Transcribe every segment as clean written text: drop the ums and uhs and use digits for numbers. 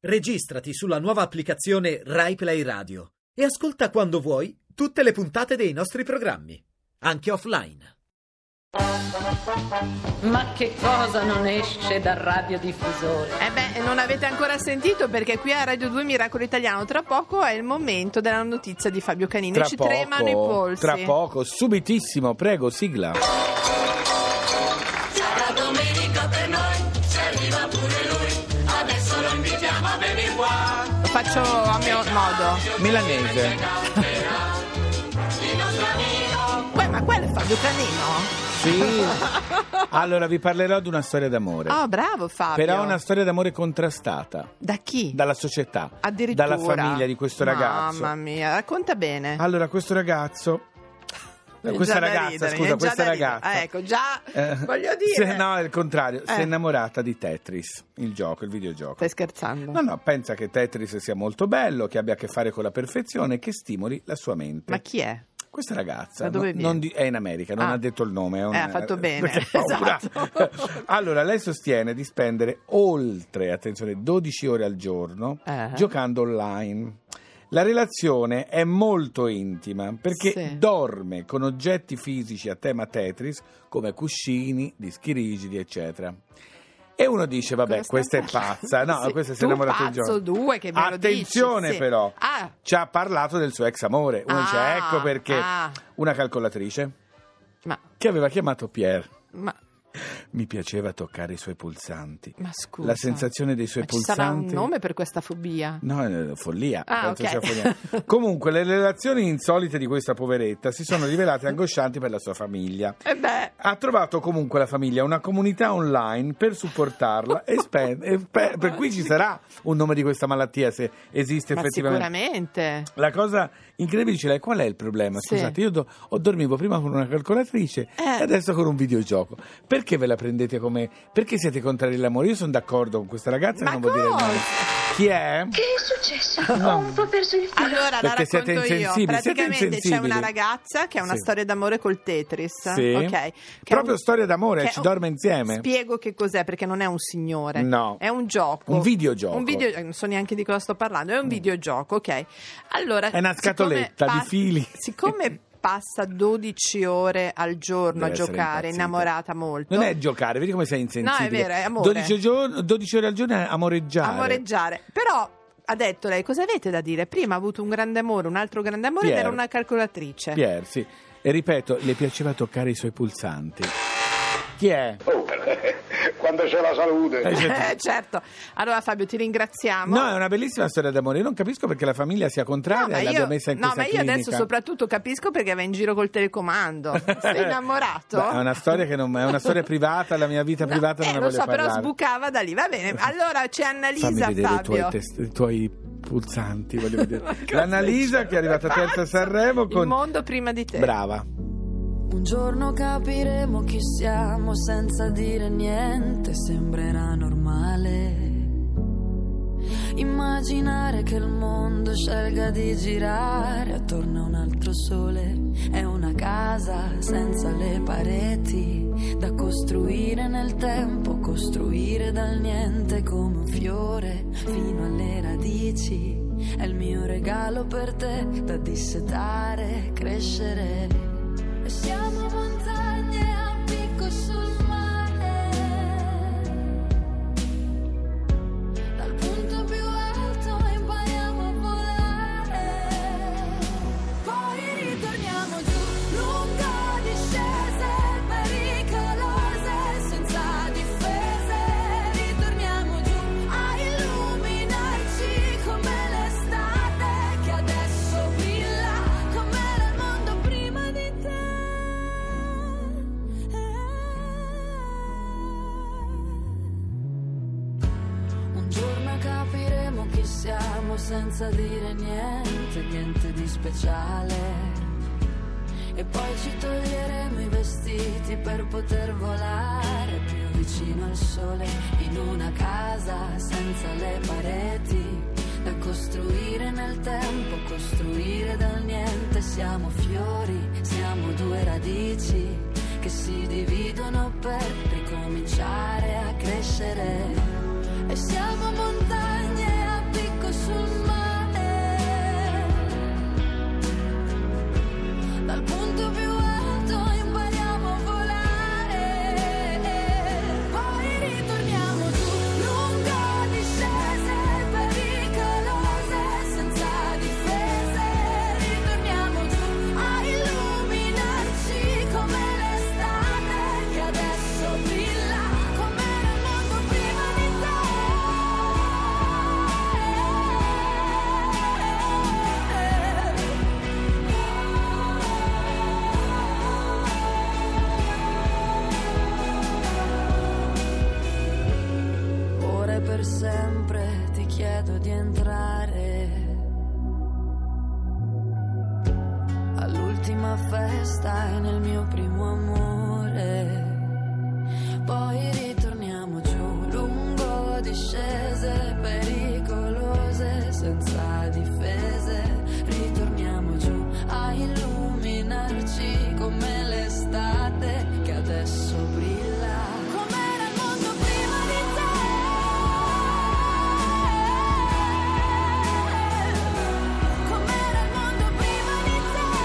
Registrati sulla nuova applicazione Rai Play Radio e ascolta quando vuoi tutte le puntate dei nostri programmi, anche offline. Ma che cosa non esce dal radiodiffusore? Non avete ancora sentito, perché qui a Radio 2 Miracolo Italiano tra poco è il momento della notizia di Fabio Canini. Ci tremano i polsi. Tra poco, subitissimo, prego, sigla. Sarà domenica per noi, se arriva pure lui, adesso lo invitiamo a venire qua. Lo faccio a mio modo. Milanese. Ma quello è Fabio Canino? Sì. Allora vi parlerò di una storia d'amore. Oh, bravo Fabio. Però una storia d'amore contrastata. Da chi? Dalla società. Addirittura. Dalla famiglia di questo ragazzo. Mamma mia, racconta bene. Allora, questo ragazzo... Questa ragazza, ecco, già voglio dire. No, è il contrario, si è innamorata di Tetris, il gioco, il videogioco. Stai scherzando? No, pensa che Tetris sia molto bello, che abbia a che fare con la perfezione e che stimoli la sua mente. Ma chi è? Questa ragazza da dove viene? È in America, non ha detto il nome. Ha fatto bene. Esatto. Allora, lei sostiene di spendere oltre, attenzione, 12 ore al giorno giocando online. La relazione è molto intima perché dorme con oggetti fisici a tema Tetris come cuscini, dischi rigidi, eccetera. E uno dice, vabbè, questa è pazza. No, questa si è innamorata di gioco. Due, che me lo Attenzione dici, però, ci ha parlato del suo ex amore. Uno dice, ecco perché. Una calcolatrice che aveva chiamato Pierre. Mi piaceva toccare i suoi pulsanti. Ma scusa, la sensazione dei suoi pulsanti. Ci sarà un nome per questa fobia? No, è follia. Okay. Follia. Comunque, le relazioni insolite di questa poveretta si sono rivelate angoscianti per la sua famiglia. Ha trovato comunque la famiglia una comunità online per supportarla per cui ci sarà un nome di questa malattia, se esiste effettivamente. Sicuramente. La cosa incredibile è qual è il problema? Scusate, io dormivo prima con una calcolatrice e adesso con un videogioco. Perché ve la prendete come... Perché siete contrari all'amore? Io sono d'accordo con questa ragazza, non vuol dire il nome. Chi è? Che è successo? Ho un po' perso il filo. Allora, perché la racconto io. Praticamente c'è una ragazza che ha una storia d'amore col Tetris. Okay? Proprio storia d'amore, ci dorme insieme. Spiego che cos'è, perché non è un signore. No. È un gioco. Un videogioco. Non so neanche di cosa sto parlando, è un videogioco, ok? Allora, è una scatoletta di fili. Siccome passa 12 ore al giorno a giocare, innamorata molto. Non è giocare, vedi come sei insensibile. No, è vero, è amore. 12 ore al giorno è amoreggiare. Però ha detto lei, cosa avete da dire? Prima ha avuto un grande amore, un altro grande amore, ed era una calcolatrice. Pierre, sì. E ripeto, le piaceva toccare i suoi pulsanti. Chi è? Quando c'è la salute. Certo. Allora Fabio, ti ringraziamo. No, è una bellissima storia d'amore. Io non capisco perché la famiglia sia contraria e l'abbia messa in questa clinica. No, ma io adesso soprattutto capisco perché va in giro col telecomando. Sei innamorato? Beh, è una storia che non è una storia privata, la mia vita privata non ne voglio parlare. Però sbucava da lì. Va bene. Allora c'è Annalisa. Fammi vedere Fabio. I tuoi pulsanti, voglio vedere. L'Annalisa che è arrivata terza a Sanremo con Il mondo prima di te. Brava. Un giorno capiremo chi siamo senza dire niente, sembrerà normale. Immaginare che il mondo scelga di girare attorno a un altro sole. È una casa senza le pareti da costruire nel tempo, costruire dal niente come un fiore fino alle radici. È il mio regalo per te da dissetare, crescere. E siamo montagne a picco sul mare, dal punto più alto impariamo a volare, poi ritorniamo giù, lungo discese pericolose, senza difese, ritorniamo giù a illuminarci come l'estate che adesso brilla, come era il mondo prima di te. Capiremo chi siamo senza dire niente, niente di speciale. E poi ci toglieremo i vestiti per poter volare più vicino al sole, in una casa senza le pareti da costruire nel tempo, costruire dal niente. Siamo fiori, siamo due radici che si dividono per ricominciare a crescere. E siamo montagne a chiedo di entrare all'ultima festa e nel mio primo amore. Poi ritorniamo giù lungo discese pericolose senza difese. Ritorniamo giù a illuminarci come l'estate che adesso brilla. Com'era il mondo prima di te? Com'era il mondo prima di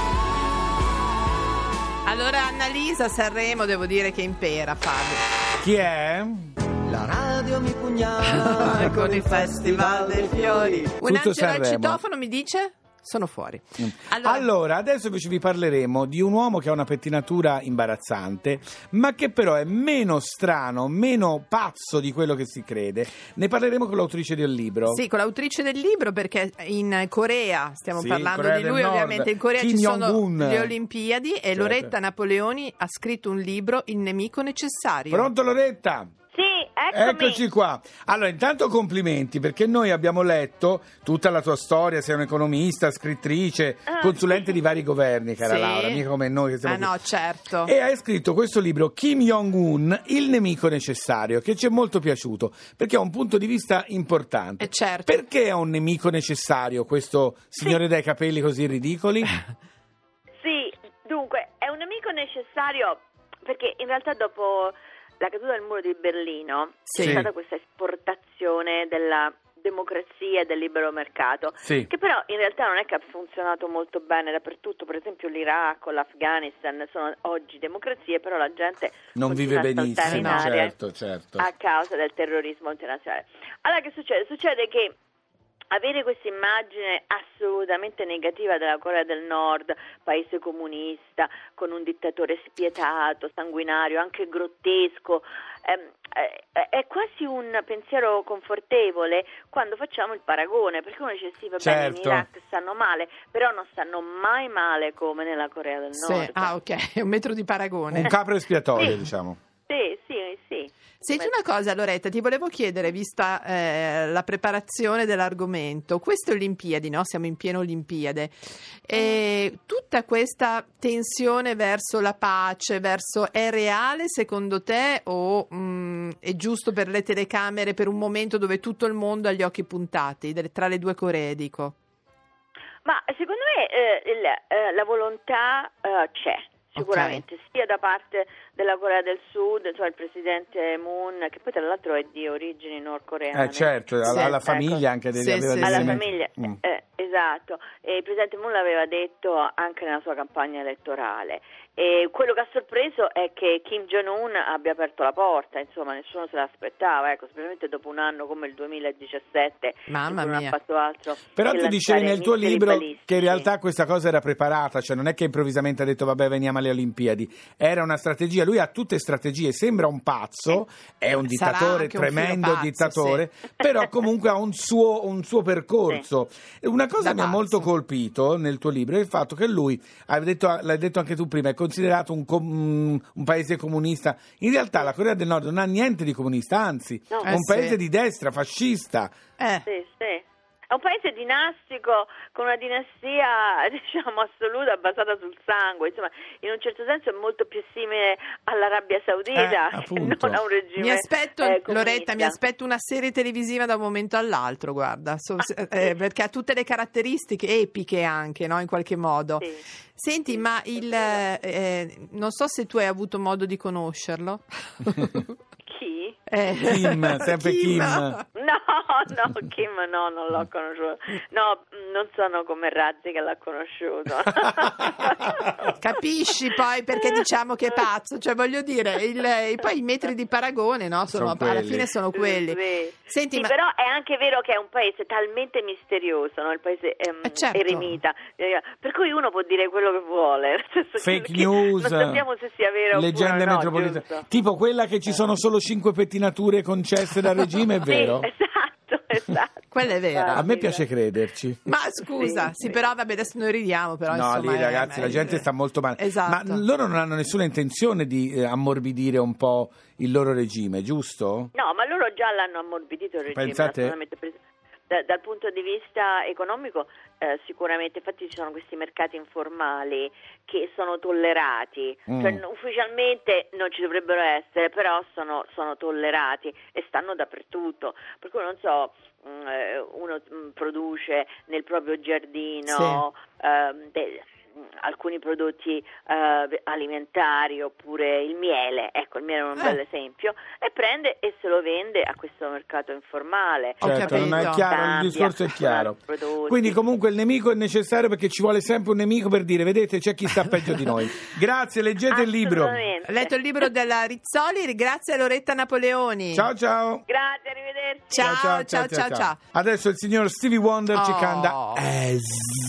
te? Allora Annalisa Sanremo devo dire che impera, Fabio. Chi è? La radio mi pugnala con il Festival dei Fiori. Un Tutto angelo al Sanremo. citofono mi dice? Sono fuori. Allora, adesso invece vi parleremo di un uomo che ha una pettinatura imbarazzante, ma che però è meno strano, meno pazzo di quello che si crede. Ne parleremo con l'autrice del libro. Sì, con l'autrice del libro, perché in Corea, stiamo Sì, parlando Corea di del lui, Nord. ovviamente in Corea Kim ci sono Jong-un. le Olimpiadi e Certo. Loretta Napoleoni ha scritto un libro, Il nemico necessario. Pronto Loretta? Sì, eccomi. Eccoci qua. Allora, intanto complimenti, perché noi abbiamo letto tutta la tua storia, sei un'economista, scrittrice, consulente di vari governi, cara Sì. Laura, mica come noi che siamo qui. No, certo. E hai scritto questo libro, Kim Jong-un, il nemico necessario, che ci è molto piaciuto, perché ha un punto di vista importante. Certo. Perché è un nemico necessario questo signore dai capelli così ridicoli? Sì, dunque, è un nemico necessario perché in realtà dopo la caduta del muro di Berlino Sì. c'è stata questa esportazione della democrazia e del libero mercato, Sì. che però in realtà non è che ha funzionato molto bene dappertutto. Per esempio l'Iraq o l'Afghanistan sono oggi democrazie, però la gente Non vive continua a saltare benissimo, in aria certo. a causa del terrorismo internazionale. Allora che succede? Succede che avere questa immagine assolutamente negativa della Corea del Nord, paese comunista, con un dittatore spietato, sanguinario, anche grottesco, è quasi un pensiero confortevole quando facciamo il paragone, perché uno dice sì, va bene, in Certo. Iraq stanno male, però non stanno mai male come nella Corea del Sì. Nord. Ah, ok, è un metro di paragone. Un capro espiatorio, Sì. diciamo. Sì. Senti una cosa, Loretta, ti volevo chiedere, vista la preparazione dell'argomento, queste Olimpiadi, no? Siamo in piena Olimpiade, tutta questa tensione verso la pace, è reale secondo te o è giusto per le telecamere per un momento dove tutto il mondo ha gli occhi puntati, tra le due Coree, dico? Ma secondo me la volontà c'è. Sicuramente, sia da parte della Corea del Sud, il presidente Moon, che poi tra l'altro è di origini nordcoreane. Certo, alla famiglia anche Sì, aveva sì, degli Alla elementi. famiglia, esatto. E il presidente Moon l'aveva detto anche nella sua campagna elettorale. E quello che ha sorpreso è che Kim Jong-un abbia aperto la porta, insomma, nessuno se l'aspettava, specialmente dopo un anno come il 2017. Mamma che non mia. ha fatto altro. Però che tu dicevi lanciare nel tuo missili libro balistici. che in realtà questa cosa era preparata, cioè non è che improvvisamente ha detto vabbè veniamo alle Olimpiadi, era una strategia, lui ha tutte strategie, sembra un pazzo, è un Sarà dittatore, anche un tremendo filo pazzo, dittatore, però comunque ha un suo percorso. Una cosa Da mi ha pazzo. molto colpito nel tuo libro è il fatto che lui, l'hai detto anche tu prima, è considerato un paese comunista. In realtà la Corea del Nord non ha niente di comunista, anzi No. è un sì. paese di destra, fascista. Sì. È un paese dinastico, con una dinastia, diciamo, assoluta, basata sul sangue. Insomma, in un certo senso è molto più simile all'Arabia Saudita, che appunto. non a un regime Mi aspetto, comunista. Loretta, mi aspetto una serie televisiva da un momento all'altro, guarda, perché ha tutte le caratteristiche epiche anche, no? In qualche modo. Sì. Senti, ma non so se tu hai avuto modo di conoscerlo. Chi? Kim, sempre Kim. No, Kim no, non l'ho conosciuto. No, non sono come Razzi che l'ha conosciuto. Capisci poi perché diciamo che è pazzo, cioè voglio dire, poi i metri di paragone, no? Sono Alla quelli. fine sono quelli. Sì. Senti, Sì, ma però è anche vero che è un paese talmente misterioso, no? Il paese certo. eremita, per cui uno può dire quello che vuole. Nel senso che Fake news, non sappiamo se sia vero leggende oppure no, metropolitane, giusto? tipo quella che ci sono solo 5 pettinature concesse dal regime, è vero? Sì, esatto. quella è vera. A me piace crederci. Ma scusa, sì, però vabbè, adesso noi ridiamo, però No, insomma, lì ragazzi, la gente sta molto male. Esatto. Ma loro non hanno nessuna intenzione di ammorbidire un po' il loro regime, giusto? No, ma loro già l'hanno ammorbidito il regime. Pensate? assolutamente. dal punto di vista economico sicuramente, infatti ci sono questi mercati informali che sono tollerati, cioè, ufficialmente non ci dovrebbero essere, però sono tollerati e stanno dappertutto, per cui non so, uno produce nel proprio giardino alcuni prodotti alimentari, oppure il miele, ecco, il miele è un bel esempio, e prende e se lo vende a questo mercato informale. Certo, non è chiaro, il discorso è chiaro. Quindi comunque il nemico è necessario, perché ci vuole sempre un nemico per dire: vedete, c'è chi sta peggio di noi. Grazie, leggete il libro. Ho letto il libro della Rizzoli, grazie a Loretta Napoleoni. Ciao ciao. Grazie, arrivederci. Ciao. Adesso il signor Stevie Wonder ci canta As.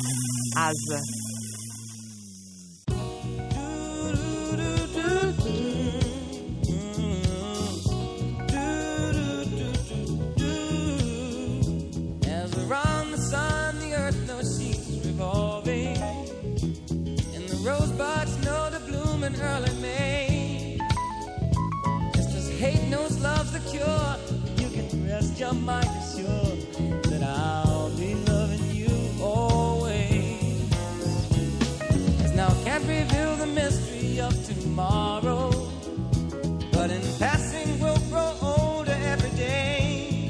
Around the sun, the earth knows she's revolving, and the rosebuds know to bloom in early May. Just as hate knows love's the cure, you can rest your mind assured that I'll be loving you always. As now can't reveal the mystery of tomorrow, but in passing we'll grow older every day.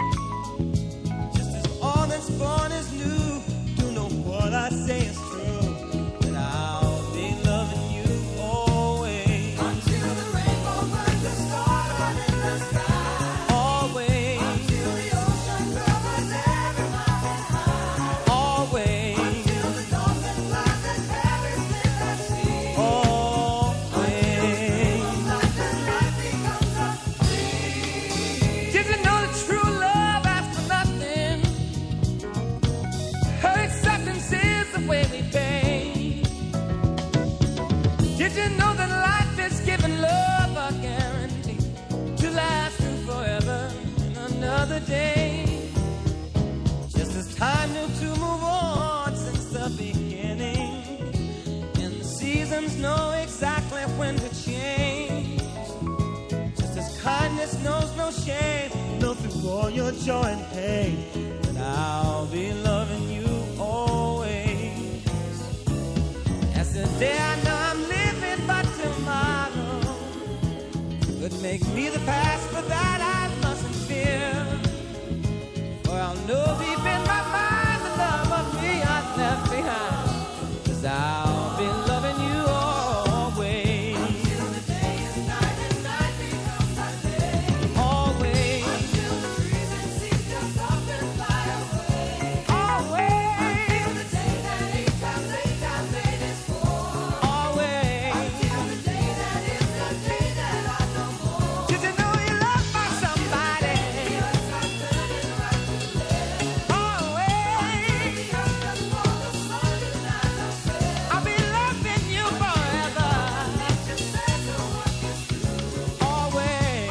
Born is new, do know what I say is true, that I'll be loving you always. Until the rainbow burns the star in the sky. Always. Until the ocean covers every mountain high. Always. Until the dolphin flies and carries in the sea. Always. Until life becomes a dream. Did you know that true love asks for nothing? Her acceptance is the way we pay. Did you know that life is giving love a guarantee to last through forever in another day? Just as time knew to move on since the beginning, and the seasons know exactly when to change. Just as kindness knows no shame, know through all your joy and pain, that I'll be loving you always. As the day I know I'm living, but tomorrow could make me the past, but that I mustn't fear. For I'll know deep in my mind the love of me I left behind, 'cause I'll be loving you always. Until the day is night and night becomes a day. Always. Until the trees and seas just up and fly away. Always. Until the day that each time made is full. Always. Until the day that is the day that I know more. Did you know you loved by somebody? Always. I'll be loving you forever. Always.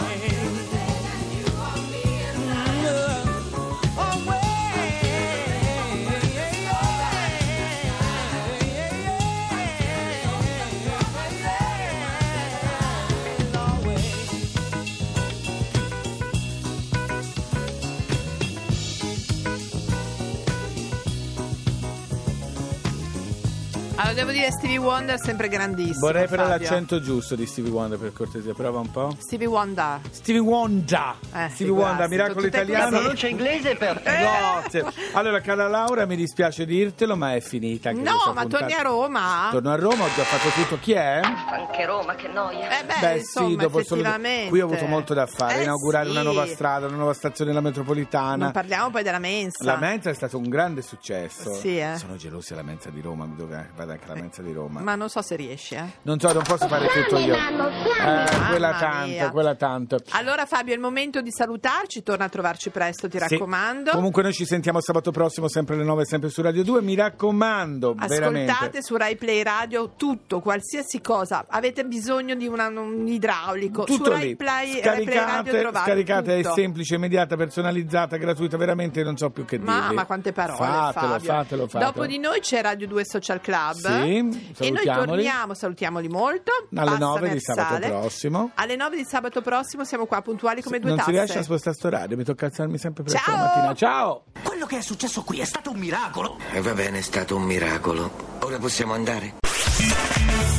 Allora, devo dire, Stevie Wonder sempre grandissimo. Vorrei però Fabio. l'accento giusto di Stevie Wonder, per cortesia, prova un po'. Stevie Wonder. Stevie Wonder. Stevie Wonder, miracolo tutte italiano. così. Pronuncia inglese per Grazie. Allora, cara Laura, mi dispiace dirtelo, ma è finita anche No, questa ma puntata. torni a Roma? Torno a Roma, ho già fatto tutto. Chi è? anche Roma, che noia. Insomma, sì, dopo effettivamente. qui ho avuto molto da fare, inaugurare sì. una nuova strada, una nuova stazione della metropolitana. Non parliamo poi della mensa. La mensa è stato un grande successo. Sì, Sono gelosi della mensa di Roma, dove vado anche alla mensa di Roma. Ma non so se riesci, Non so, non posso fare tutto io. Quella mia. tanto. Allora, Fabio, è il momento di salutarci. Torna a trovarci presto, ti Sì. raccomando. Comunque noi ci sentiamo sabato prossimo, sempre alle 9, sempre su Radio 2. Mi raccomando, veramente. Ascoltate su Rai Play Radio tutto, qualsiasi cosa. Avete bisogno di un idraulico. Tutto su Rai lì. Play Radio trovate Scaricate, tutto. è semplice, immediata, personalizzata, gratuita, veramente non so più che dirvi. Ma quante parole, Fatelo, Fabio. fatelo. Dopo di noi c'è Radio 2 Social Club. Sì, e noi torniamo, salutiamoli molto. Alle 9 di sabato prossimo. Alle 9 di sabato prossimo siamo qua puntuali come due tasse. Non si riesce a spostare sto radio, mi tocca alzarmi sempre presto la mattina. Ciao! Quello che è successo qui è stato un miracolo. Va bene, è stato un miracolo. Ora possiamo andare?